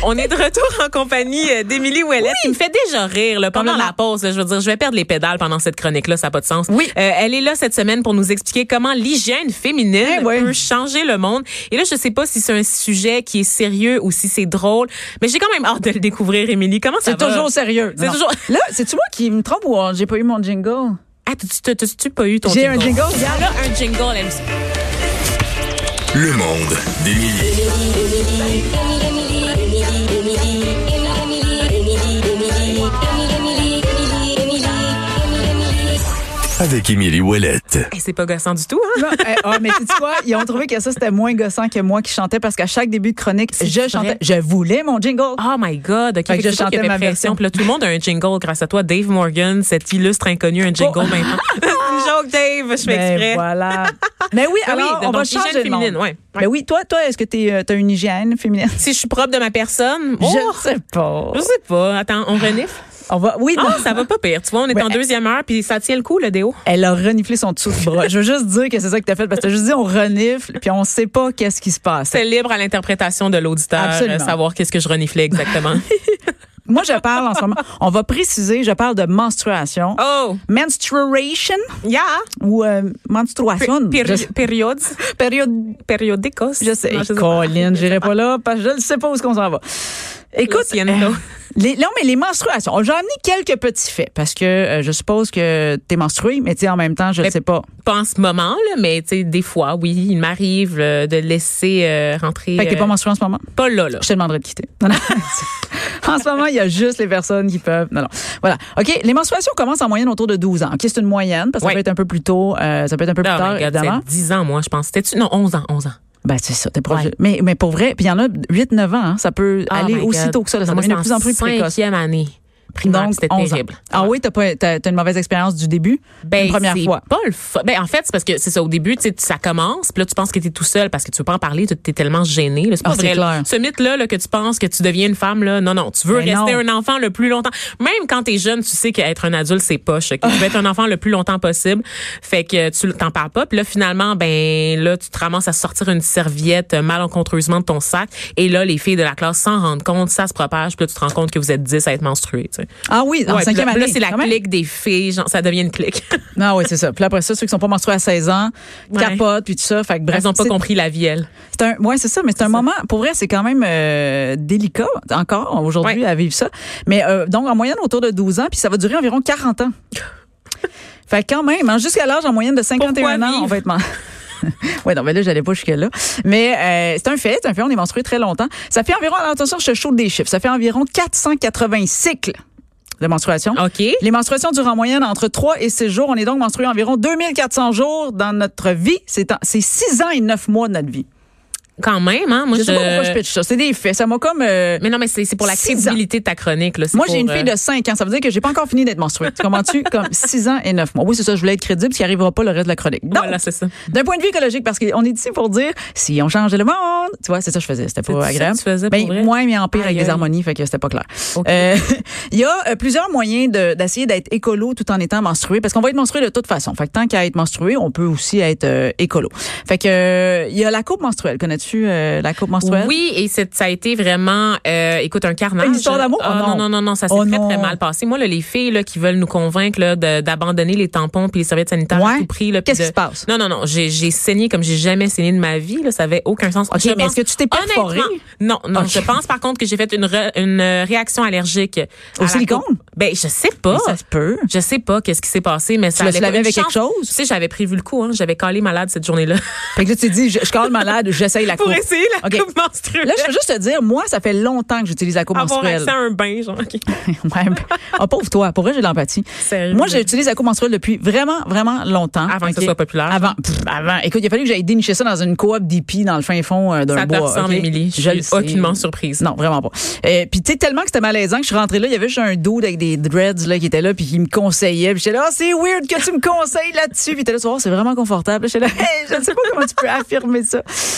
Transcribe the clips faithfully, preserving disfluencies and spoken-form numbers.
On est de retour en compagnie d'Émilie Ouellette, oui. qui me fait déjà rire là, pendant la pause. Là, je veux dire, je vais perdre les pédales pendant cette chronique-là, ça n'a pas de sens. Oui. Euh, elle est là cette semaine pour nous expliquer comment l'hygiène féminine eh oui. peut changer le monde. Et là, je sais pas si c'est un sujet qui est sérieux ou si c'est drôle, mais j'ai quand même hâte de le découvrir, Émilie. Comment ça c'est va? C'est toujours sérieux. C'est toujours... Là, c'est-tu moi qui me trompe ou j'ai pas eu mon jingle? Ah, tu t'as-tu pas eu ton j'ai jingle? J'ai un jingle. Il y a là un jingle, elle aussi. Le monde d'Émilie. Avec Émilie Ouellette. Hey, c'est pas gossant du tout, hein? Non, hey, oh, mais sais-tu quoi? Ils ont trouvé que ça, c'était moins gossant que moi qui chantais parce qu'à chaque début de chronique, c'est je chantais. Vrai? Je voulais mon jingle. Oh my God. OK. Fait que je chantais ma version. Puis là, tout le monde a un jingle grâce à toi. Dave Morgan, cet illustre inconnu, un jingle oh. maintenant. Joke, Dave. Je fais exprès. Ben, voilà. Mais oui, alors, oui, on va changer de monde. Ouais. Mais oui, toi, toi, est-ce que tu as une hygiène féminine? Si je suis propre de ma personne? Oh, je sais pas. Je sais pas. Attends, on renifle? On va, oui, non. Ah, ça va pas pire. Tu vois, on est ouais. en deuxième heure, puis ça tient le coup, le déo. Elle a reniflé son dessous de bras. Je veux juste dire que c'est ça que t'as fait, parce que t'as juste dit on renifle, puis on sait pas qu'est-ce qui se passe. C'est libre à l'interprétation de l'auditeur, euh, savoir qu'est-ce que je reniflais exactement. Moi, je parle en ce moment. On va préciser, je parle de menstruation. Oh! Menstruation. Yeah! Ou euh, menstruation. P- péri- périodes. Période. Périodicos. Je sais. Non, je sais Colline, j'irai pas là, parce que je ne sais pas où est-ce qu'on s'en va. Écoute, euh, les, non, mais les menstruations. J'ai amené quelques petits faits parce que euh, je suppose que t'es menstruée, mais tu sais, en même temps, je ne sais pas. Pas en ce moment, là, mais tu sais, des fois, oui, il m'arrive euh, de laisser euh, rentrer. Fait que t'es pas menstruée en ce moment? Pas là, là. Je te demanderai de quitter. Non, non. En ce moment, il y a juste les personnes qui peuvent. Non, non. Voilà. OK. Les menstruations commencent en moyenne autour de douze ans. OK, c'est une moyenne parce que ouais. ça peut être un peu plus tôt, euh, ça peut être un peu plus non, tard, évidemment. dix ans, moi, je pense. C'était-tu? Non, onze ans, onze ans. Ben, c'est ça, t'es proche. Ouais. Mais, mais pour vrai, puis il y en a huit neuf ans, hein, ça peut oh aller aussi tôt que ça, là, ça devient de plus en plus précoce. Cinquième année. Primaire, c'était terrible. Ah ouais. oui, t'as pas t'as, t'as une mauvaise expérience du début, ben, une première c'est fois. Pas le fa... Ben en fait, c'est parce que c'est ça au début, tu sais, ça commence, puis là tu penses que t'es tout seul parce que tu veux pas en parler, tu es tellement gêné. Là, c'est pas ah, vrai. C'est clair. Ce mythe là, là que tu penses que tu deviens une femme là, non non, tu veux ben rester non. un enfant le plus longtemps. Même quand t'es jeune, tu sais qu'être un adulte c'est poche, que tu veux être un enfant le plus longtemps possible. Fait que tu t'en parles pas, puis là finalement ben là tu te ramasses à sortir une serviette malencontreusement de ton sac et là les filles de la classe s'en rendent compte, ça se propage, puis là tu te rends compte que vous êtes dix à être menstruées, tu sais. Ah oui, en ouais, cinquième là, année. Là, c'est la clique des filles, genre, ça devient une clique. Non, oui, c'est ça. Puis après ça, ceux qui sont pas menstrués à seize ans, ouais. capotent, puis tout ça. Fait que, bref, elles ont pas compris la vie, elles. C'est un, ouais, c'est ça, mais c'est, c'est un ça. moment, pour vrai, c'est quand même euh, délicat, encore, aujourd'hui, ouais. à vivre ça. Mais euh, donc, en moyenne, autour de douze ans, puis ça va durer environ quarante ans. Fait que quand même, hein, jusqu'à l'âge en moyenne de cinquante et un ans, on va être... Oui, non, mais là, j'allais pas jusque-là. Mais euh, c'est un fait, c'est un fait, on est menstrué très longtemps. Ça fait environ, alors, attention, je te chaude des chiffres, ça fait environ quatre cent quatre-vingts cycles de menstruation. OK. Les menstruations durent en moyenne entre trois et six jours. On est donc menstrué environ deux mille quatre cents jours dans notre vie. C'est, en, c'est six ans et neuf mois de notre vie. Quand même, hein? Moi, je je sais pas pourquoi je pitch ça. C'est des faits. Ça m'a comme. Euh, mais non, mais c'est, c'est pour la crédibilité ans. de ta chronique, là. C'est Moi, pour, j'ai une fille de cinq ans. Ça veut dire que j'ai pas encore fini d'être menstruée. Tu comprends-tu? Comme six ans et neuf mois. Oui, c'est ça. Je voulais être crédible, ce qui arrivera pas le reste de la chronique. Donc, voilà, c'est ça. D'un point de vue écologique, parce qu'on est ici pour dire si on changeait le monde. Tu vois, c'est ça que je faisais. C'était pas c'est agréable. Ça que tu faisais ben, pour vrai? Moins, mais en pire aïe, avec aïe. des harmonies, fait que c'était pas clair. Okay. Euh, il y a euh, plusieurs moyens de, d'essayer d'être écolo tout en étant menstrué, parce qu'on va être menstrué de toute façon. Fait que tant qu'à être menstrué, on peut aussi être euh, écolo. Fait que euh, il y a la coupe menstruelle. Connais-tu euh, la coupe menstruelle? Oui, et c'est, ça a été vraiment, euh, écoute, un carnage. Une histoire d'amour? Ah, oh, non. non, non, non, non, ça s'est oh, très, non. très mal passé. Moi, là, les filles là, qui veulent nous convaincre là, de, d'abandonner les tampons puis les serviettes sanitaires ouais. à tout prix. Là, Qu'est-ce de... qui se passe? Non, non, non, j'ai, j'ai saigné comme j'ai jamais saigné de ma vie. Là, ça avait aucun sens. OK, je mais pense, est-ce que tu t'es perforé? Non, non, okay. je pense par contre que j'ai fait une, re, une réaction allergique. Au silicone? Ben, je sais pas. Mais ça se peut. Je sais pas qu'est-ce qui s'est passé, mais ça tu l'as avec quelque chose? Tu sais, j'avais prévu le coup, hein. J'avais calé malade cette journée-là. Fait que là, tu t'es dit, je, je cale malade, j'essaye la coupe. Pour essayer la okay. coupe menstruelle. Là, je veux juste te dire, moi, ça fait longtemps que j'utilise la coupe Avoir menstruelle. Avoir accès à un bain, genre. Okay. ouais, ben, oh, pauvre toi. Pour vrai, j'ai de l'empathie. Sérieux? Moi, j'utilise la coupe menstruelle depuis vraiment, vraiment longtemps. Avant okay. que ça soit populaire. Avant. Pff, avant. Écoute, il a fallu que j'aille dénicher ça dans une coop d'hippies dans le fin fond euh, d'un ça bois. Ça te ressemble, okay? Émilie. Je suis aucunement surprise. Non, vraiment pas. Euh, puis, tu sais, tellement que c'était malaisant que je suis rentrée là, il y avait juste un dude avec des dreads là, qui était là, puis qui me conseillait. Puis j'étais là, oh, c'est weird que tu me conseilles là-dessus. Puis t'es là, tu vois, c'est vraiment confortable. J'étais là, hey, je ne sais pas comment tu peux affirmer ça. Euh,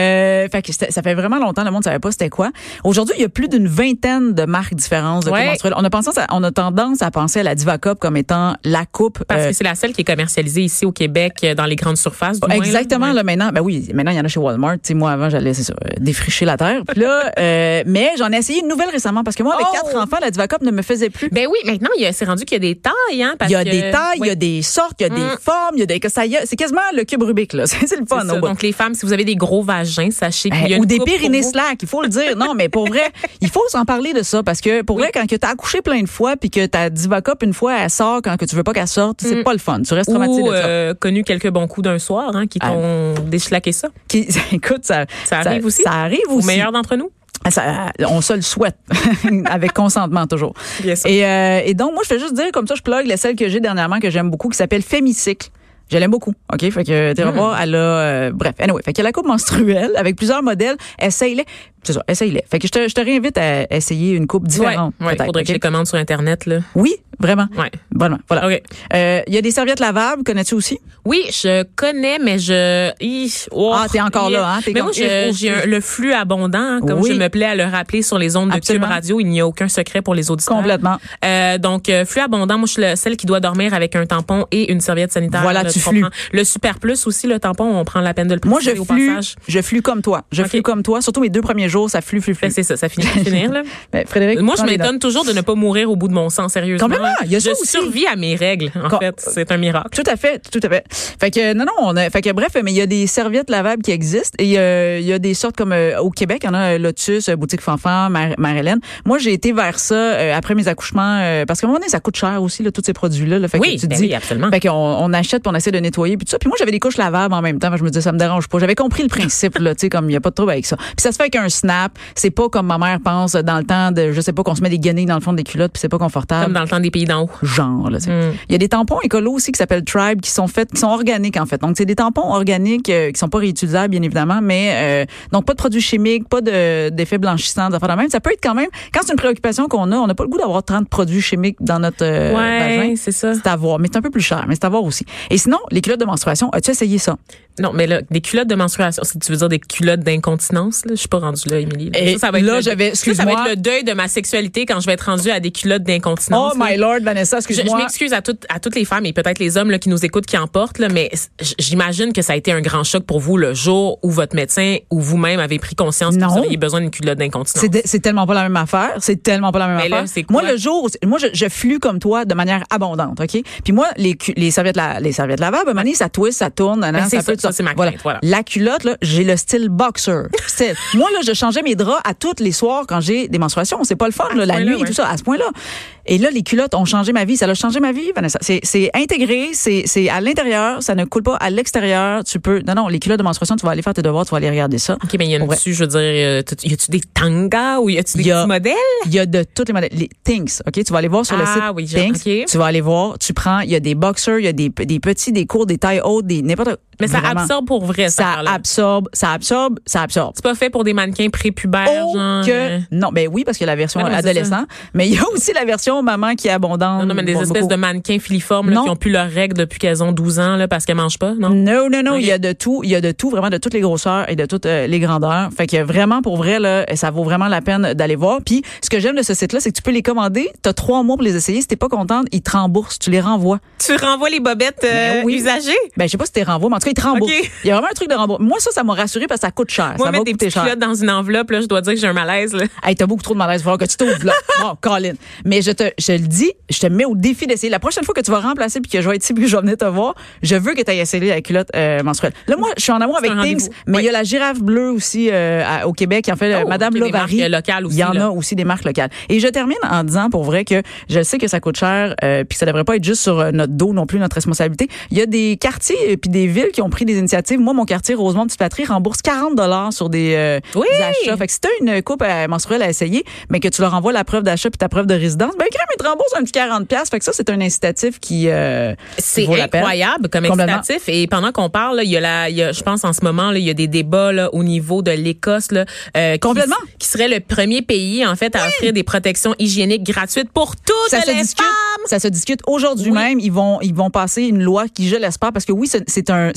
Euh, fait que ça fait vraiment longtemps, le monde savait pas c'était quoi. Aujourd'hui, il y a plus d'une vingtaine de marques différentes de ouais. coupe menstruelle. On a pensé, on a tendance à penser à la Diva Cup comme étant la coupe. Parce euh, que c'est la seule qui est commercialisée ici au Québec dans les grandes surfaces. Du exactement, moins, là, là, maintenant. Ben oui, maintenant, il y en a chez Walmart. Tu sais, moi, avant, j'allais, c'est ça, défricher la terre. Puis là, euh, mais j'en ai essayé une nouvelle récemment parce que moi, avec oh! quatre enfants, la Diva Cup ne me faisait plus. Ben oui, maintenant, il y a, c'est rendu qu'il y a des tailles, hein. Parce il y a que, des tailles, oui. il y a des sortes, il y a mm. des formes, il y a des, que ça y a, c'est quasiment le cube Rubik, là. C'est, c'est le fun, c'est Donc, les femmes, si vous avez des gros vagins, sachez qu'il y a euh, une ou des coupe Pyrénées slack, il faut le dire. Non, mais pour vrai, il faut s'en parler de ça parce que pour oui. vrai, quand tu as accouché plein de fois puis que ta Diva Cup une fois elle sort quand que tu veux pas qu'elle sorte, c'est mm. pas le fun. Tu restes traumatisé ou, de ça. Euh, connu quelques bons coups d'un soir, hein, qui t'ont ah. déchlaqué ça. Qui, écoute, ça, ça arrive ça, aussi. Ça arrive aussi. Au meilleur d'entre nous. Ça, on se le souhaite, avec consentement toujours. Bien sûr. Et, euh, et donc, moi, je fais juste dire, comme ça, je plug la celle que j'ai dernièrement, que j'aime beaucoup, qui s'appelle Fémicycle. Je l'aime beaucoup, OK? Fait que, tu vas mmh. voir, elle a... Euh, bref, anyway, fait qu'elle a la coupe menstruelle avec plusieurs modèles. Essaye-les. C'est ça, essaye-les. Fait que je te, je te réinvite à essayer une coupe différente. Ouais, ouais, faudrait okay? que je les commande sur Internet, là. Oui, vraiment. Ouais. Vraiment, voilà. OK. Euh, il y a des serviettes lavables, connais-tu aussi? Oui, je connais, mais je... Oh, ah, t'es encore là, hein? T'es mais comme... moi, je, j'ai un, le flux abondant, hein, comme oui. je me plais à le rappeler sur les ondes de Absolument. Cube Radio. Il n'y a aucun secret pour les auditeurs. Complètement. Euh, donc, euh, flux abondant, moi, je suis le, celle qui doit dormir avec un tampon et une serviette sanitaire. Voilà, là, tu, tu flux. Le Super Plus aussi, le tampon, on prend la peine de le préciser Moi, je au flux, passage. je flue comme toi. Je okay. flue comme toi. Surtout mes deux premiers jours, ça flue, flue, flue. C'est ça, ça finit par finir, là. Ben, Frédéric, moi, je m'étonne toujours de ne pas mourir au bout de mon sang, sérieusement. Complètement. Il y a je ça aussi. survis à mes règles, en Com- fait. C'est un miracle. Tout à fait, tout à fait. Fait que, non, non, on a, fait que, bref, mais il y a des serviettes lavables qui existent et euh, il y a des sortes comme, euh, au Québec, il y en a Lotus, Boutique Fanfan, Mère-Hélène. Moi, j'ai été vers ça, euh, après mes accouchements, euh, parce qu'à un moment donné, ça coûte cher aussi, là, tous ces produits-là, là. Fait oui, que tu ben dis, oui, absolument. Fait qu'on, on achète puis on essaie de nettoyer puis tout ça. Puis moi, j'avais des couches lavables en même temps. Fait que je me disais, ça me dérange pas. J'avais compris le principe, là, tu sais, comme il y a pas de trouble avec ça. Puis ça se fait avec un snap. C'est pas comme ma mère pense dans le temps de, je sais pas, qu'on se met des guenilles dans le fond des culottes puis c'est pas confortable. Comme dans le temps des pays d'en haut. Genre, là, tu sais. Mm. Il y a des tampons écolos aussi qui s'appellent Tribe qui sont faits, qui sont organiques, en fait. Donc, c'est des tampons organiques euh, qui sont pas réutilisables, bien évidemment, mais, euh, donc pas de produits chimiques, pas de, d'effets blanchissants, d'affaires de même. Ça peut être quand même, quand c'est une préoccupation qu'on a, on n'a pas le goût d'avoir trente produits chimiques dans notre, euh, ouais, vagin. c'est ça. C'est à voir. Mais c'est un peu plus cher, mais c'est à voir aussi. Et sinon, les culottes de menstruation, as-tu essayé ça? Non, mais là, des culottes de menstruation, si tu veux dire des culottes d'incontinence, là, je suis pas rendue là, Émilie. Là. Et ça, ça va être là, le, j'avais, excuse-moi. Ça, ça va être le deuil de ma sexualité quand je vais être rendue à des culottes d'incontinence. Oh, là. My Lord, Vanessa, excuse-moi. Je, je m'excuse à toutes, à toutes les femmes et peut-être les hommes là, qui nous écoutent, qui en portent, là, mais j'imagine que ça a été un grand choc pour vous le jour où votre médecin ou vous-même avez pris conscience non. que vous auriez besoin d'une culotte d'incontinence. C'est, de, c'est tellement pas la même affaire. C'est tellement pas la même mais affaire. Là, c'est quoi? Moi, le jour, moi, je, je flue comme toi de manière abondante, OK? Puis moi, les, les serviettes, la, les serviettes lavables, à un moment donné, ça twist, ça tourne, ben, ça, c'est peut ça, ça, c'est ma voilà. crainte, voilà. La culotte, là, j'ai le style boxer. Style. Moi, là, je changeais mes draps à tous les soirs quand j'ai des menstruations. C'est pas le fun, là, la nuit, ouais. tout ça, à ce point-là. Et là, les culottes ont changé ma vie. Ça a changé ma vie, Vanessa. C'est, c'est intégré, c'est, c'est à l'intérieur, ça ne coule pas à l'extérieur. Tu peux, non, non, les culottes de menstruation, tu vas aller faire tes devoirs, tu vas aller regarder ça. OK, mais il y a une dessus, je veux dire, y a-tu des tangas ou y a-tu des y a, petits modèles? Il y a de tous les modèles. Les Things, OK? Tu vas aller voir sur ah, le site oui, Things. Okay. Tu vas aller voir, tu prends, il y a des boxers, il y a des, des petits, des courts, des tailles hautes, des n'importe. Mais ça vraiment. absorbe pour vrai, ça. Ça absorbe, ça absorbe, ça absorbe. C'est pas fait pour des mannequins prépubères, oh, genre. Que, non, ben oui, parce qu'il y a la version ouais, adolescent. Mais il y a aussi la version maman qui est abondante. Non, non, mais des espèces beaucoup. de mannequins filiformes, là, qui ont plus leurs règles depuis qu'elles ont douze ans, là, parce qu'elles mangent pas, non? Non, non, non. Okay. Il y a de tout. Il y a de tout, vraiment, de toutes les grosseurs et de toutes euh, les grandeurs. Fait que vraiment, pour vrai, là, ça vaut vraiment la peine d'aller voir. Puis, ce que j'aime de ce site-là, c'est que tu peux les commander. T'as trois mois pour les essayer. Si t'es pas contente, ils te remboursent. Tu les renvoies. Tu renvoies les bobettes euh, oui. usagées? Ben, je sais pas si t'es renvoies, mais en tout cas, ils te remboursent. Okay. Il y a vraiment un truc de remboursement. Moi, ça, ça m'a rassuré parce que ça coûte cher. Moi, ça mettre va des petites culottes dans une enveloppe, là, je dois dire que j'ai un malaise, là. Hey, t'as beaucoup trop de malaise. Il va falloir que tu t'ouvres, là. Bon, Colin. Mais je te, je le dis, je te mets au défi d'essayer. La prochaine fois que tu vas remplacer puis que je vais être ici puis que je vais venir te voir, je veux que tu ailles essayer la culotte euh, menstruelle. Là, moi, je suis en amour avec Things, mais il oui. y a la girafe bleue aussi euh, à, au Québec qui en fait oh, Madame okay, Lovary. Des marques locales aussi. Il y en là. a aussi des marques locales. Et je termine en disant pour vrai que je sais que ça coûte cher euh, puis que ça devrait pas être juste sur euh, notre dos non plus, notre responsabilité. Il y a des quartiers et puis des villes qui ont pris des initiatives. Moi, mon quartier Rosemont Petite Patrie rembourse quarante dollars sur des, euh, oui. des achats. Fait que si t'as une coupe euh, menstruelle à essayer, mais que tu leur envoies la preuve d'achat puis ta preuve de résidence, ben crème, ils te remboursent un petit quarante dollars. Fait que ça, c'est un incitatif qui euh, c'est vaut incroyable comme incitatif. Et pendant qu'on parle, là, il y a la, il y a, je pense en ce moment, là, il y a des débats là, au niveau de l'Écosse, là, euh, complètement, qui, qui serait le premier pays en fait à oui. offrir des protections hygiéniques gratuites pour toutes ça les se discute, femmes. Ça se discute aujourd'hui oui. même. Ils vont, ils vont passer une loi qui, je l'espère, parce que oui, c'est, c'est un, c'est nécessaire.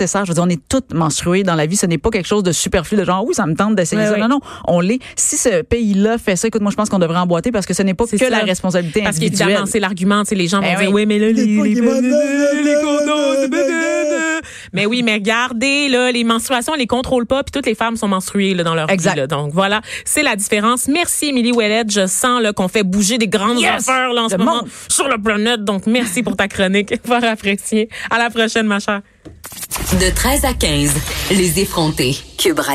nécessaire. Je veux dire, on est toutes menstruées dans la vie. Ce n'est pas quelque chose de superflu, de genre, oui, ça me tente d'essayer ouais, ça. ouais. Non, non, on l'est. Si ce pays-là fait ça, écoute, moi, je pense qu'on devrait emboîter parce que ce n'est pas C'est que ça. la responsabilité Parce individuelle. qu'évidemment, c'est l'argument, tu sais, les gens vont Eh dire, oui. oui, mais là, les, les, les, les- les condoms, mais oui, mais regardez, là, les menstruations, on les contrôle pas, puis toutes les femmes sont menstruées, là, dans leur Exact. vie, là. Donc, voilà, c'est la différence. Merci, Émilie Ouellette. Je sens, là, qu'on fait bouger des grandes Yes! affaires, là, en ce Le moment, monde. sur la planète. Donc, merci pour ta chronique. Fort apprécié. À la prochaine, ma chère. De treize à quinze, les effrontés. Cube Radio.